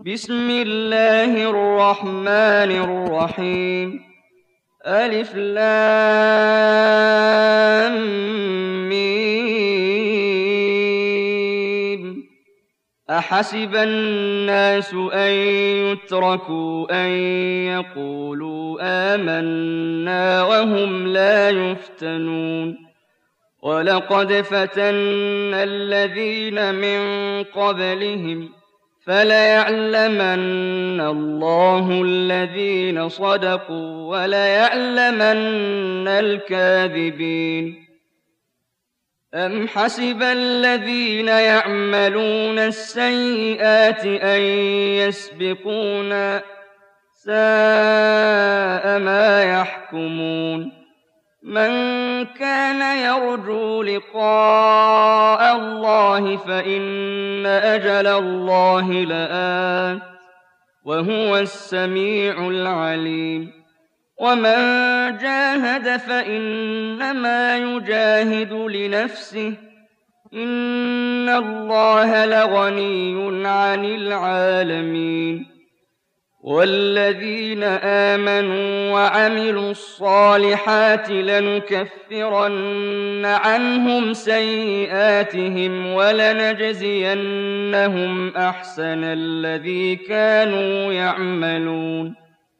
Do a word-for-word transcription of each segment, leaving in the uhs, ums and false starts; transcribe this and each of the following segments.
بسم الله الرحمن الرحيم ألف لام ميم أحسب الناس أن يتركوا أن يقولوا آمنا وهم لا يفتنون ولقد فتنا الذين من قبلهم فليعلمن الله الذين صدقوا وليعلمن الكاذبين أم حسب الذين يعملون السيئات أن يسبقونا ساء ما يحكمون من كان يرجو لقاء الله فإن أجل الله لآت وهو السميع العليم ومن جاهد فإنما يجاهد لنفسه إن الله لغني عن العالمين والذين آمنوا وعملوا الصالحات لنكفرن عنهم سيئاتهم ولنجزينهم أحسن الذي كانوا يعملون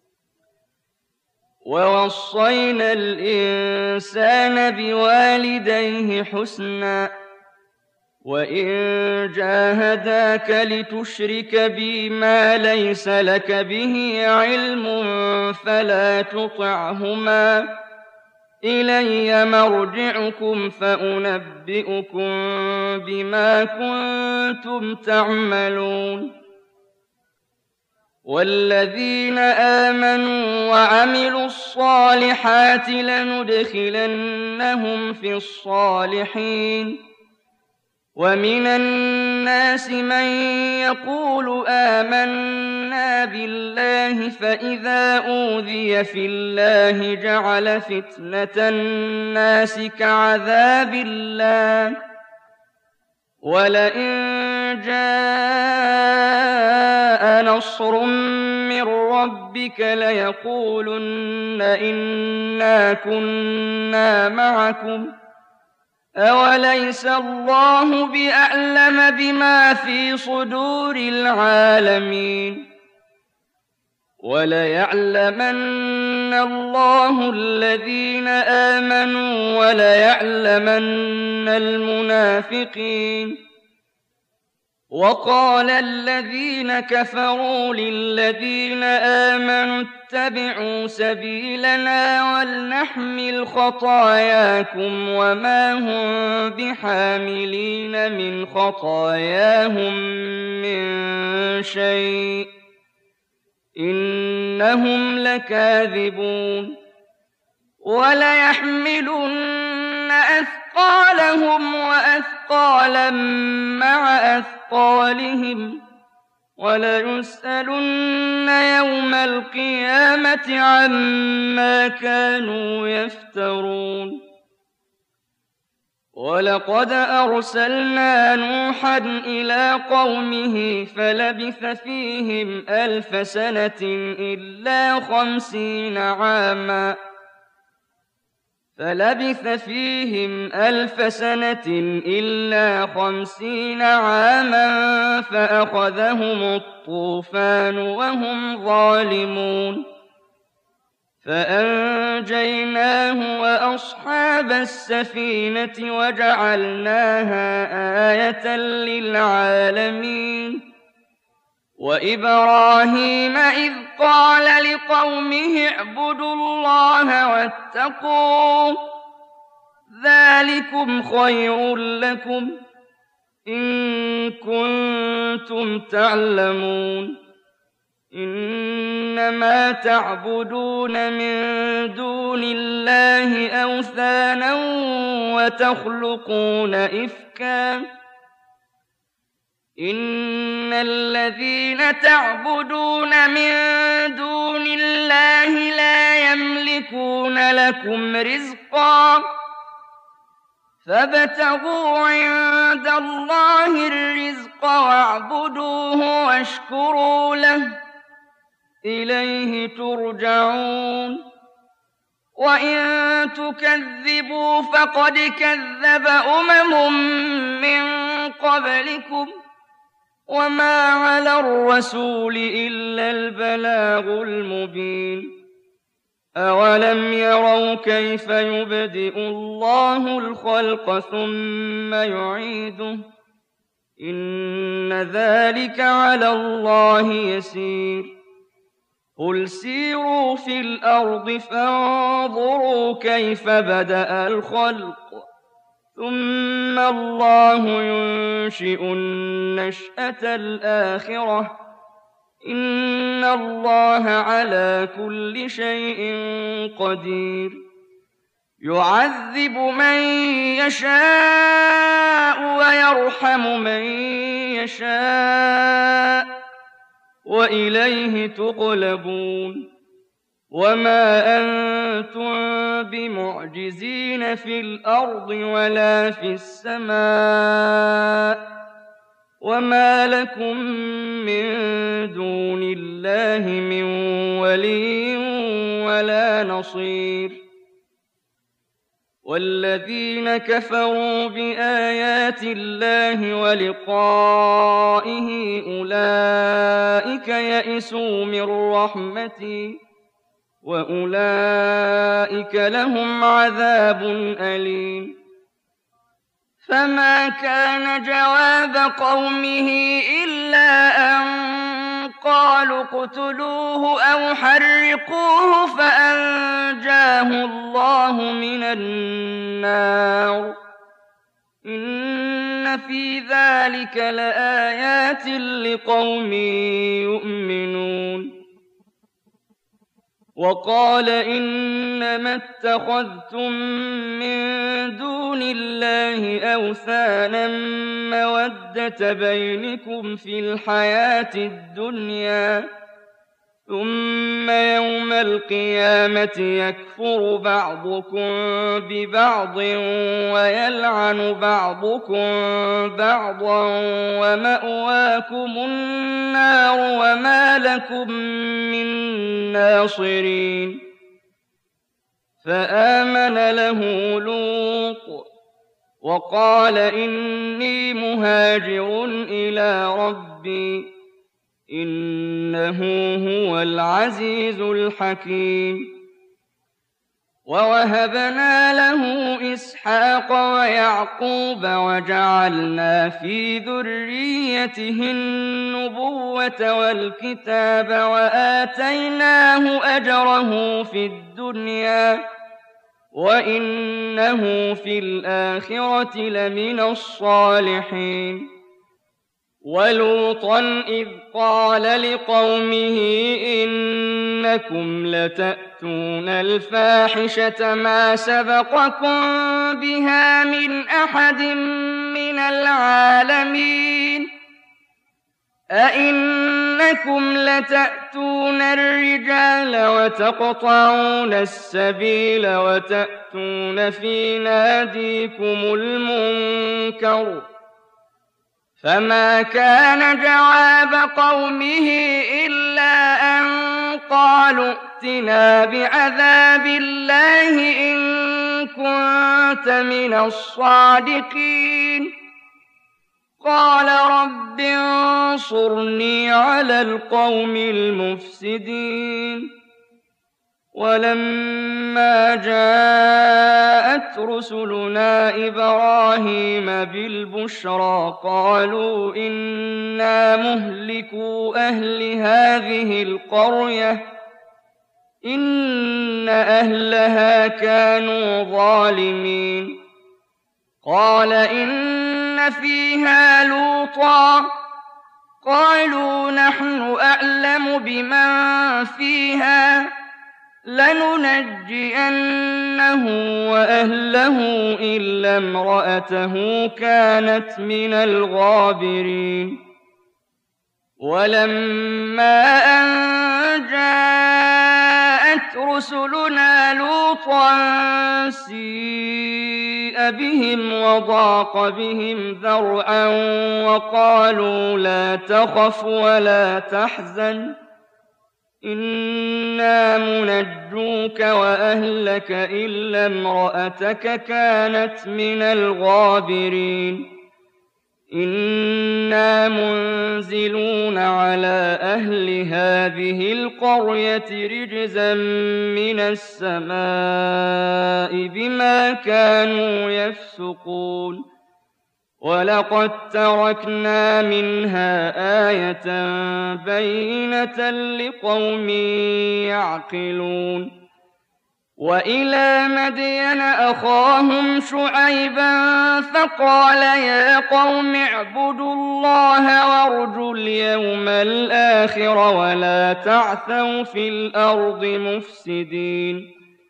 ووصينا الإنسان بوالديه حسنا وإن جاهداك لتشرك بي ما ليس لك به علم فلا تطعهما إلي مرجعكم فأنبئكم بما كنتم تعملون والذين آمنوا وعملوا الصالحات لندخلنهم في الصالحين ومن الناس من يقول آمنا بالله فإذا أوذي في الله جعل فتنة الناس كعذاب الله ولئن جاء نصر من ربك ليقولن إنا كنا معكم أوليس الله بأعلم بما في صدور العالمين وليعلمن الله الذين آمنوا وليعلمن المنافقين وقال الذين كفروا للذين آمنوا اتبعوا سبيلنا ولنحمل خطاياكم وما هم بحاملين من خطاياهم من شيء إنهم لكاذبون وليحملن أثقالهم وأثقالا مع أثقالهم وليسألن يوم القيامة عما كانوا يفترون ولقد أرسلنا نوحا إلى قومه فلبث فيهم ألف سنة إلا خمسين عاما فلبث فيهم ألف سنة إلا خمسين عاما فأخذهم الطوفان وهم ظالمون فأنجيناه وأصحاب السفينة وجعلناها آية للعالمين وإبراهيم إذ قال لقومه اعبدوا الله واتقوه ذلكم خير لكم إن كنتم تعلمون إنما تعبدون من دون الله أوثانا وتخلقون إفكا إن الذين تعبدون من دون الله لا يملكون لكم رزقا فابتغوا عند الله الرزق واعبدوه واشكروا له إليه ترجعون وإن تكذبوا فقد كذب أمم من قبلكم وما على الرسول إلا البلاغ المبين أولم يروا كيف يبدئ الله الخلق ثم يعيده إن ذلك على الله يسير قل سيروا في الأرض فانظروا كيف بدأ الخلق ثم الله ينشئ النشأة الآخرة إن الله على كل شيء قدير يعذب من يشاء ويرحم من يشاء وإليه تقلبون وما أنتم بمعجزين في الأرض ولا في السماء وما لكم من دون الله من ولي ولا نصير والذين كفروا بآيات الله ولقائه أولئك يئسوا من رحمتي وأولئك لهم عذاب أليم فما كان جواب قومه إلا أن قالوا اقتلوه أو حرقوه فأنجاه الله من النار إن في ذلك لآيات لقوم يؤمنون وقال إنما اتخذتم من دون الله أوثانا مودة بينكم في الحياة الدنيا ثم يوم القيامة يكفر بعضكم ببعض ويلعن بعضكم بعضا ومأواكم النار وما لكم من ناصرين فآمن له لوط وقال إني مهاجر إلى ربي إنه هو العزيز الحكيم ووهبنا له إسحاق ويعقوب وجعلنا في ذريته النبوة والكتاب وآتيناه أجره في الدنيا وإنه في الآخرة لمن الصالحين ولوطا إذ قال لقومه إنكم لتأتون الفاحشة ما سبقكم بها من أحد من العالمين أئنكم لتأتون الرجال وتقطعون السبيل وتأتون في ناديكم المنكر فما كان جواب قومه إلا أن قالوا ائتنا بعذاب الله إن كنت من الصادقين قال رب انصرني على القوم المفسدين ولما جاءت رسلنا إبراهيم بالبشرى قالوا إنا مهلكو أهل هذه القرية إن أهلها كانوا ظالمين قال إن فيها لوطا قالوا نحن أعلم بمن فيها لننجينه وأهله إلا امرأته كانت من الغابرين ولما أن جاءت رسلنا لوطا سيء سيء بهم وضاق بهم ذرعا وقالوا لا تخف ولا تحزن إنا منجوك وأهلك إلا امرأتك كانت من الغابرين إنا منزلون على أهل هذه القرية رجزا من السماء بما كانوا يفسقون ولقد تركنا منها آية بينة لقوم يعقلون وإلى مدين أخاهم شعيبا فقال يا قوم اعبدوا الله وارجوا اليوم الآخر ولا تعثوا في الأرض مفسدين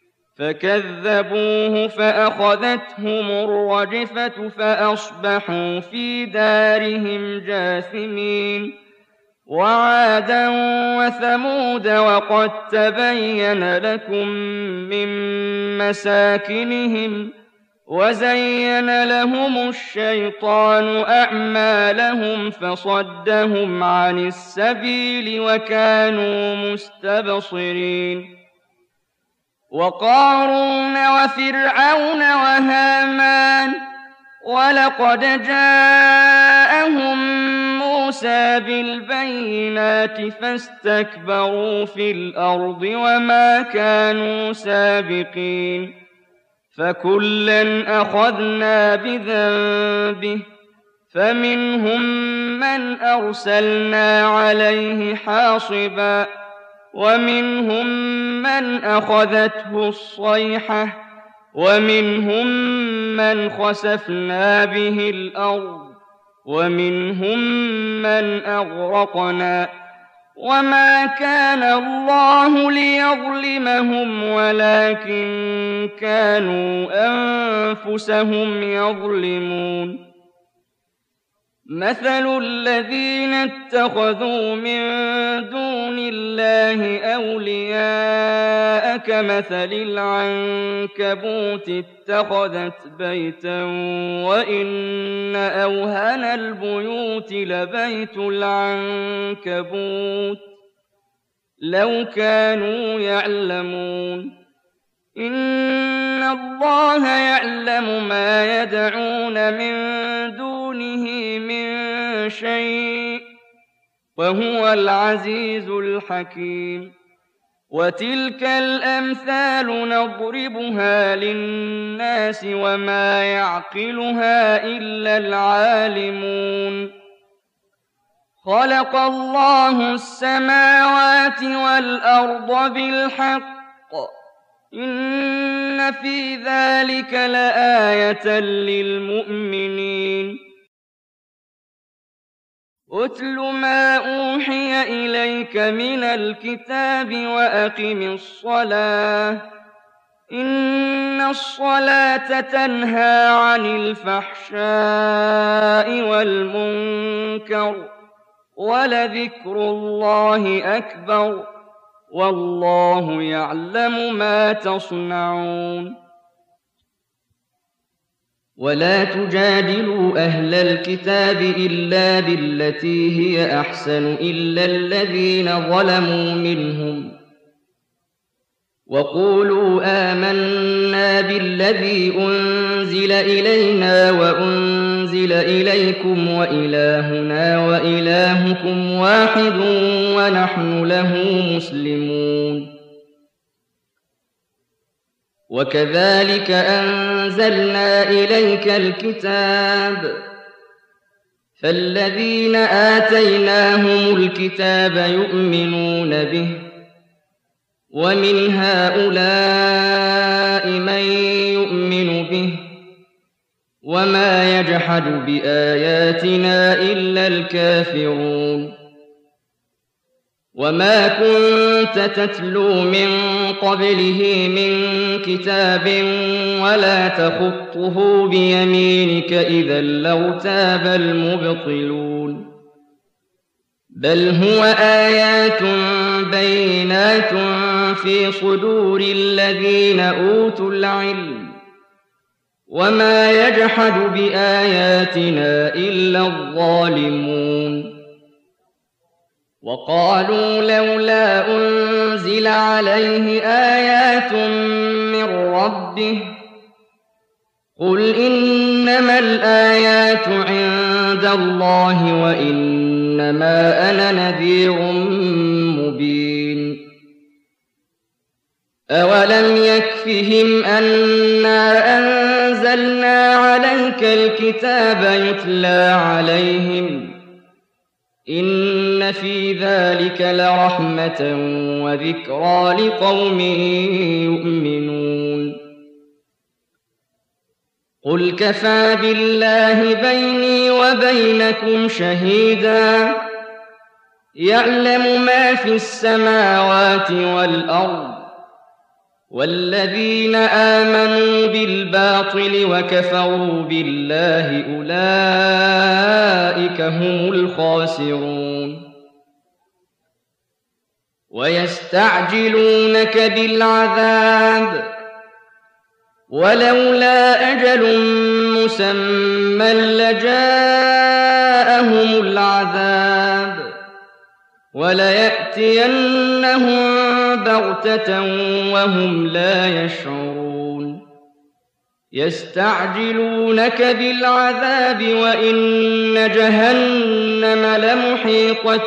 فكذبوه فأخذتهم الرجفة فأصبحوا في دارهم جاثمين وعادا وثمود وقد تبين لكم من مساكنهم وزين لهم الشيطان أعمالهم فصدهم عن السبيل وكانوا مستبصرين وقارون وفرعون وهامان ولقد جاءهم موسى بالبينات فاستكبروا في الأرض وما كانوا سابقين فكلا أخذنا بذنبه فمنهم من أرسلنا عليه حاصبا ومنهم من أخذته الصيحة ومنهم من خسفنا به الأرض ومنهم من أغرقنا وما كان الله ليظلمهم ولكن كانوا أنفسهم يظلمون مثل الذين اتخذوا من دون الله أولياء كمثل العنكبوت اتخذت بيتا وإن أوهن البيوت لبيت العنكبوت لو كانوا يعلمون إن الله يعلم ما يدعون من دونه من شيء وهو العزيز الحكيم وتلك الأمثال نضربها للناس وما يعقلها إلا العالمون خلق الله السماوات والأرض بالحق إن في ذلك لآية للمؤمنين أتل ما أوحي إليك من الكتاب وأقم الصلاة إن الصلاة تنهى عن الفحشاء والمنكر ولذكر الله أكبر والله يعلم ما تصنعون ولا تجادلوا أهل الكتاب إلا بالتي هي أحسن إلا الذين ظلموا منهم وقولوا آمنا بالذي أنزل إلينا وأنزل إليكم وإلهنا وإلهكم واحد ونحن له مسلمون وكذلك أنزلنا إليك الكتاب فالذين آتيناهم الكتاب يؤمنون به ومن هؤلاء من يؤمن به وما يجحد بآياتنا إلا الكافرون وما كنت تتلو من قبله من كتاب ولا تخطه بيمينك إذا لارتاب المبطلون بل هو آيات بينات في صدور الذين أوتوا العلم وما يجحد بآياتنا إلا الظالمون وقالوا لولا أنزل عليه آيات من ربه قل إنما الآيات عند الله وإنما أنا نذير مبين أولم يكفهم أنا أنزلنا عليك الكتاب يتلى عليهم إن في ذلك لرحمة وذكرى لقوم يؤمنون قل كفى بالله بيني وبينكم شهيدا يعلم ما في السماوات والأرض والذين آمنوا بالباطل وكفروا بالله أولئك هم الخاسرون ويستعجلونك بالعذاب ولولا أجل مسمى لجاءهم العذاب وليأتينهم بغتة وهم لا يشعرون يستعجلونك بالعذاب وإن جهنم لمحيطة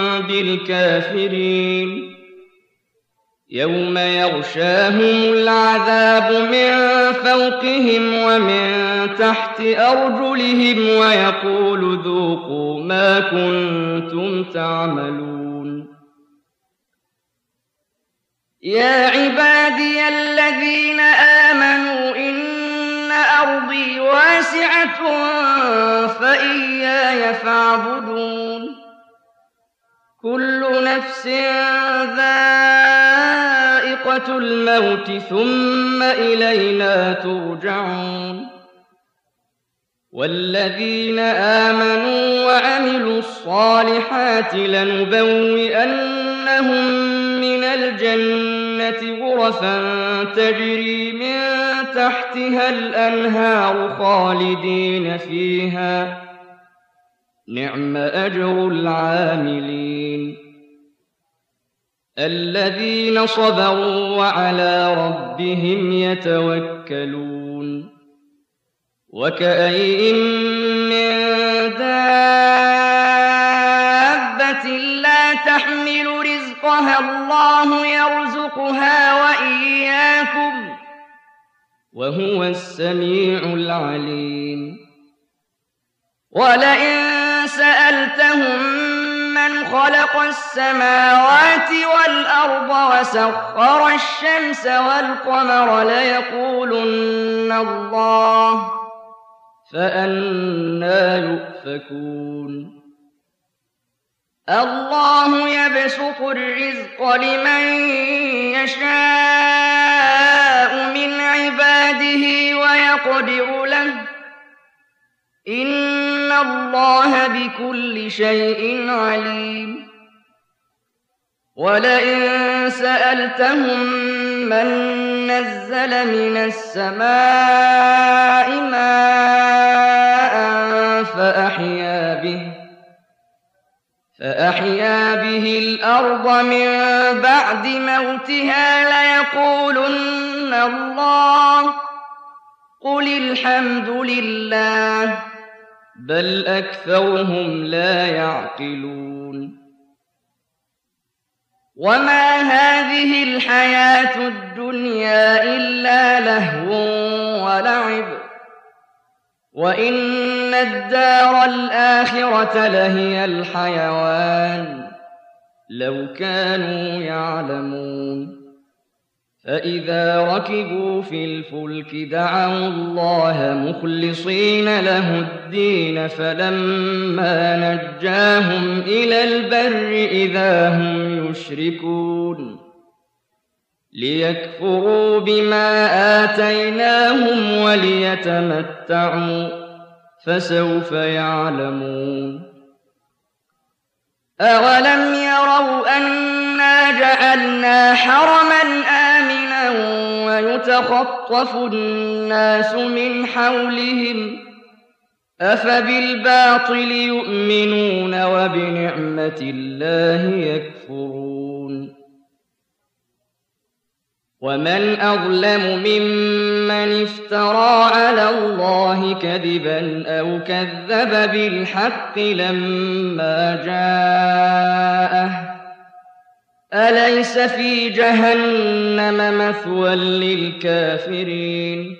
بالكافرين يوم يغشاهم العذاب من فوقهم ومن تحت أرجلهم ويقول ذوقوا ما كنتم تعملون يا عبادي الذين آمنوا إن أرضي واسعة فإياي فاعبدون كل نفس ذائقة الموت ثم إلينا ترجعون والذين آمنوا وعملوا الصالحات لنبوئنهم من الجنة غرفا تجري من تحتها الأنهار خالدين فيها نعم أجر العاملين الذين صبروا وعلى ربهم يتوكلون وكأين من دابة لا تحمل رزقها الله يرزقها وإياكم وهو السميع العليم ولئن سألتهم من خلق السماوات والأرض وسخر الشمس والقمر ليقولن الله فأنى يؤفكون الله يبسط الرزق لمن يشاء من عباده ويقدر له إن الله بكل شيء عليم ولئن سألتهم من نزل من السماء ماء فأحيا به فأحيا به الأرض من بعد موتها ليقولن الله قل الحمد لله بل أكثرهم لا يعقلون وما هذه الحياة الدنيا إلا لهو ولعب وإن الدار الآخرة لهي الحيوان لو كانوا يعلمون فإذا ركبوا في الفلك دعوا الله مخلصين له الدين فلما نجاهم إلى البر إذا هم يشركون ليكفروا بما آتيناهم وليتمتعوا فسوف يعلمون أولم يروا أنا جعلنا حرما آمنا ويتخطف الناس من حولهم أفبالباطل يؤمنون وبنعمة الله يكفرون ومن أظلم ممن افترى على الله كذبا أو كذب بالحق لما جاءه أليس في جهنم مثوى للكافرين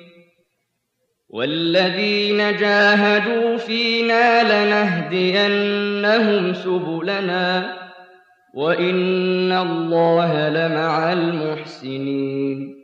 والذين جاهدوا فينا لنهدينهم سبلنا وإن الله لمع المحسنين